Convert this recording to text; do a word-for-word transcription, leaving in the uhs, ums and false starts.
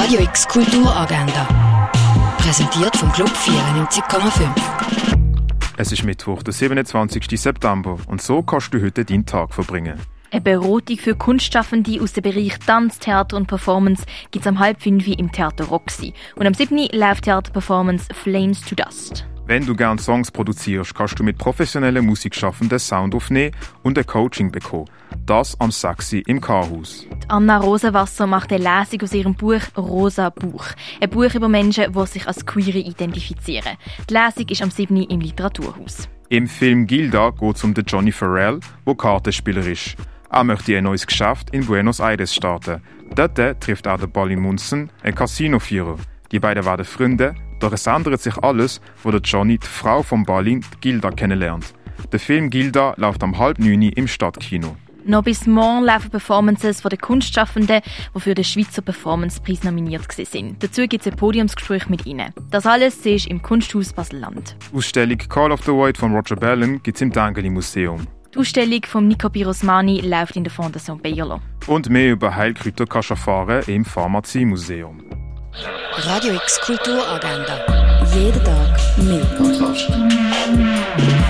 Radio X Kulturagenda. Präsentiert vom Club vierundneunzig Komma fünf. Es ist Mittwoch, der siebenundzwanzigsten September, und so kannst du heute deinen Tag verbringen. Eine Beratung für Kunstschaffende aus dem Bereich Tanz, Theater und Performance gibt es am halb fünf im Theater Roxy. Und am siebten läuft Theaterperformance Flames to Dust. Wenn du gerne Songs produzierst, kannst du mit professionellen Musikschaffenden Sound aufnehmen und ein Coaching bekommen. Das am sechsten im K-Haus. Anna Rosenwasser macht eine Lesung aus ihrem Buch «Rosa Buch». Ein Buch über Menschen, die sich als Queere identifizieren. Die Lesung ist am siebten im Literaturhaus. Im Film «Gilda» geht es um den Johnny Farrell, der Kartenspieler ist. Er möchte ein neues Geschäft in Buenos Aires starten. Dort trifft er den Balin Munson, einen Casinoführer. Die beiden werden Freunde, doch es ändert sich alles, wo der Johnny die Frau von Balin, Gilda, kennenlernt. Der Film «Gilda» läuft am halb neun im Stadtkino. Noch bis morgen laufen Performances von den Kunstschaffenden, die für den Schweizer Performancepreis nominiert waren. Dazu gibt es ein Podiumsgespräch mit ihnen. Das alles siehst du im Kunsthaus Basel-Land. Die Ausstellung «Call of the Void» von Roger Bellin gibt es im Dengeli-Museum. Die Ausstellung von Nico Pirosmani läuft in der Fondation Bayerlo. Und mehr über Heilkräuter kannst du erfahren im Pharmaziemuseum. Radio X Kulturagenda. Jeden Tag mehr.